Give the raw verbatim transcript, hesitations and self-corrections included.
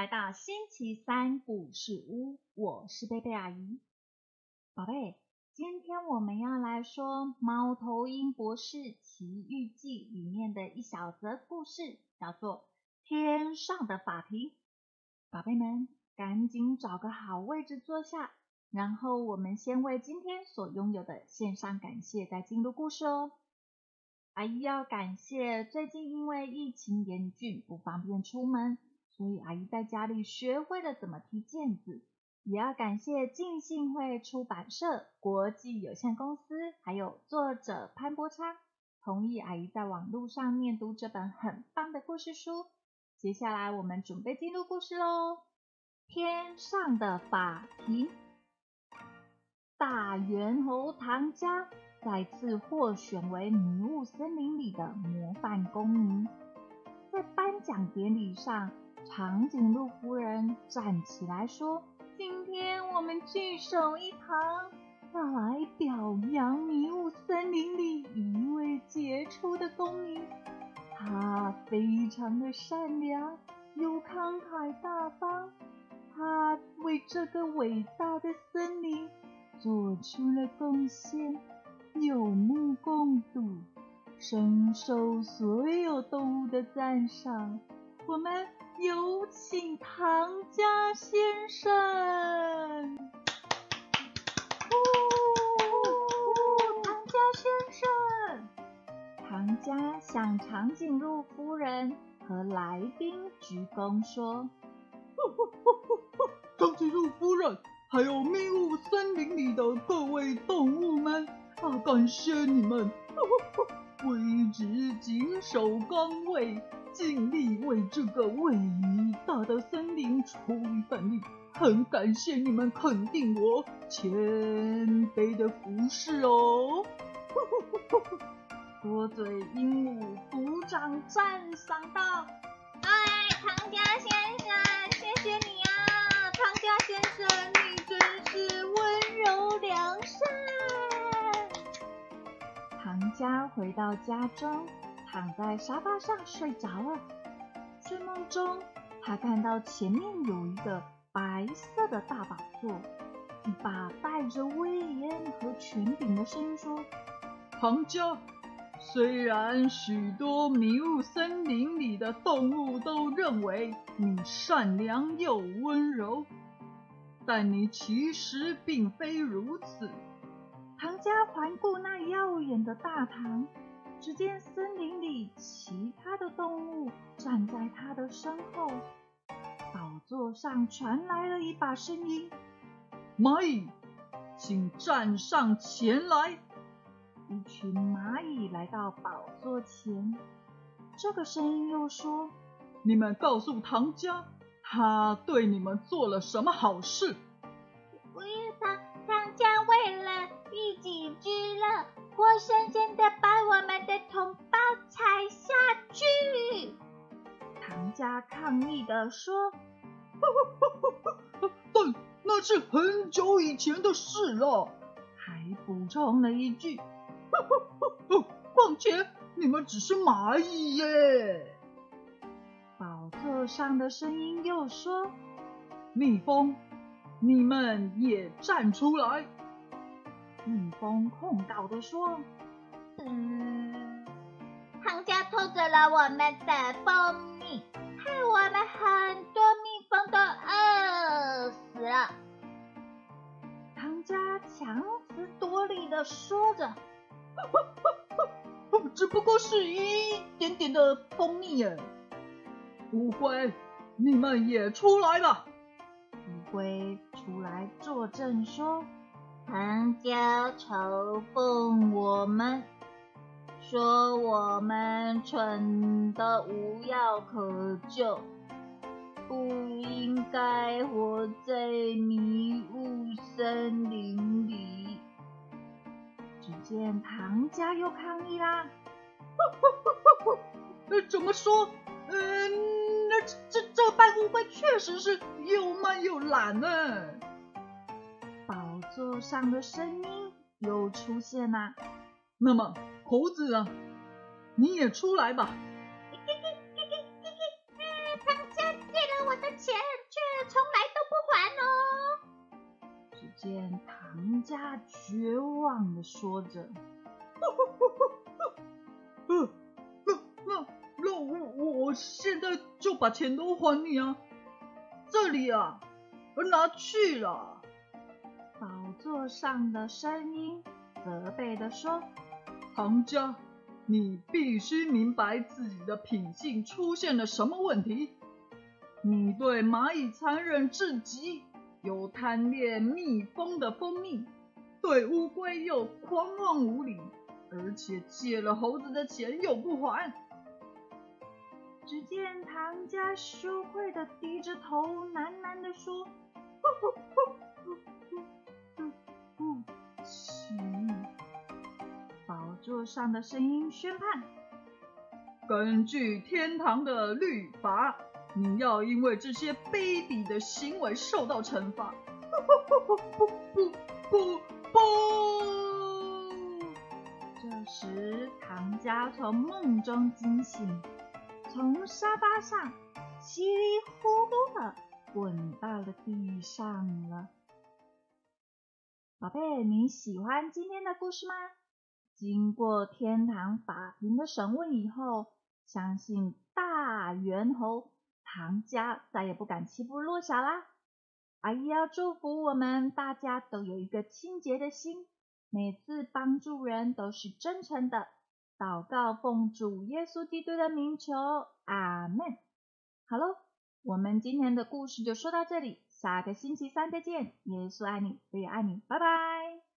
来到星期三故事屋，我是贝贝阿姨。宝贝，今天我们要来说《猫头鹰博士奇遇记》里面的一小则故事，叫做《天上的法庭》。宝贝们，赶紧找个好位置坐下，然后我们先为今天所拥有的献上感谢，再进入故事哦。阿姨要感谢最近因为疫情严峻，不方便出门，所以阿姨在家里学会了怎么踢毽子。也要感谢浸信会出版社国际有限公司，还有作者潘伯昌，同意阿姨在网络上念读这本很棒的故事书。接下来我们准备进入故事咯。天上的法庭。大猿猴唐家再次获选为迷雾森林里的模范公民。在颁奖典礼上，长颈鹿夫人站起来说，今天我们聚首一堂，要来表扬迷雾森林里一位杰出的公民。他非常的善良，又慷慨大方，他为这个伟大的森林做出了贡献，有目共睹，深受所有动物的赞赏。我们有请唐家先生。哦，唐家先生。唐家向长颈鹿夫人和来宾鞠躬说， 长颈鹿夫人，还有迷雾森林里的各位动物们啊，感谢你们，我一直谨守岗位，尽力为这个伟大的森林出一份力，很感谢你们肯定我谦卑的服侍哦。 多嘴鹦鹉鼓掌赞赏道， 哎，唐家先生，谢谢你啊，唐家先生，你真是温柔良善。 唐家回到家中，躺在沙发上睡着了。睡梦中，他看到前面有一个白色的大宝座，一把带着威严和权柄的声音说， 唐家，虽然许多迷雾森林里的动物都认为你善良又温柔，但你其实并非如此。 唐家环顾那耀眼的大堂，只见森林里其他的动物站在他的身后。宝座上传来了一把声音， 蚂蚁，请站上前来。 一群蚂蚁来到宝座前，这个声音又说， 你们告诉唐家，他对你们做了什么好事？ 唐唐家为了一己之乐，活生生的把我们的同胞踩下去。 唐家抗议地说， 但那是很久以前的事了， 还补充了一句， 况且你们只是蚂蚁耶。 宝座上的声音又说， 蜜蜂，你们也站出来。 蜜蜂控告地说， 嗯，唐家偷走了我们的蜂蜜，害我们很多蜜蜂都饿死了。 唐家强词夺理地说着， 只不过是一点点的蜂蜜耶。乌龟，你们也出来吧。 乌龟出来作证说， 唐家嘲讽我们，说我们蠢得无药可救，不应该活在迷雾森林里。 只见唐家又抗议啦， 呃，怎么说？嗯、呃，那这这这个扮乌龟确实是又慢又懒呢。 宝座上的声音又出现啦， 那么猴子啊，你也出来吧。 唐家借了我的钱， 见唐家绝望地说着：“ 呃，那那那我我现在就把钱都还你啊！这里啊，拿去了。” 宝座上的声音责备地说：“ 唐家，你必须明白自己的品性出现了什么问题。你对蚂蚁残忍至极，有贪恋蜜蜂的蜂蜜，对乌龟又狂妄无礼，而且借了猴子的钱又不还。” 只见唐家羞愧地低着头，喃喃地说：“对不起。”宝座上的声音宣判：“ 根据天堂的律法，你要因为这些卑鄙的行为受到惩罚。”不不不不不！ 这时，唐家从梦中惊醒，从沙发上稀里糊涂的滚到了地上了。宝贝，你喜欢今天的故事吗？经过天堂法庭的审问以后，相信大猿猴唐家再也不敢欺负弱小啦。阿姨要祝福我们大家都有一个清洁的心，每次帮助人都是真诚的。祷告奉主耶稣基督的名求，阿们。好咯，我们今天的故事就说到这里，下个星期三再见。耶稣爱你，我也爱你，拜拜。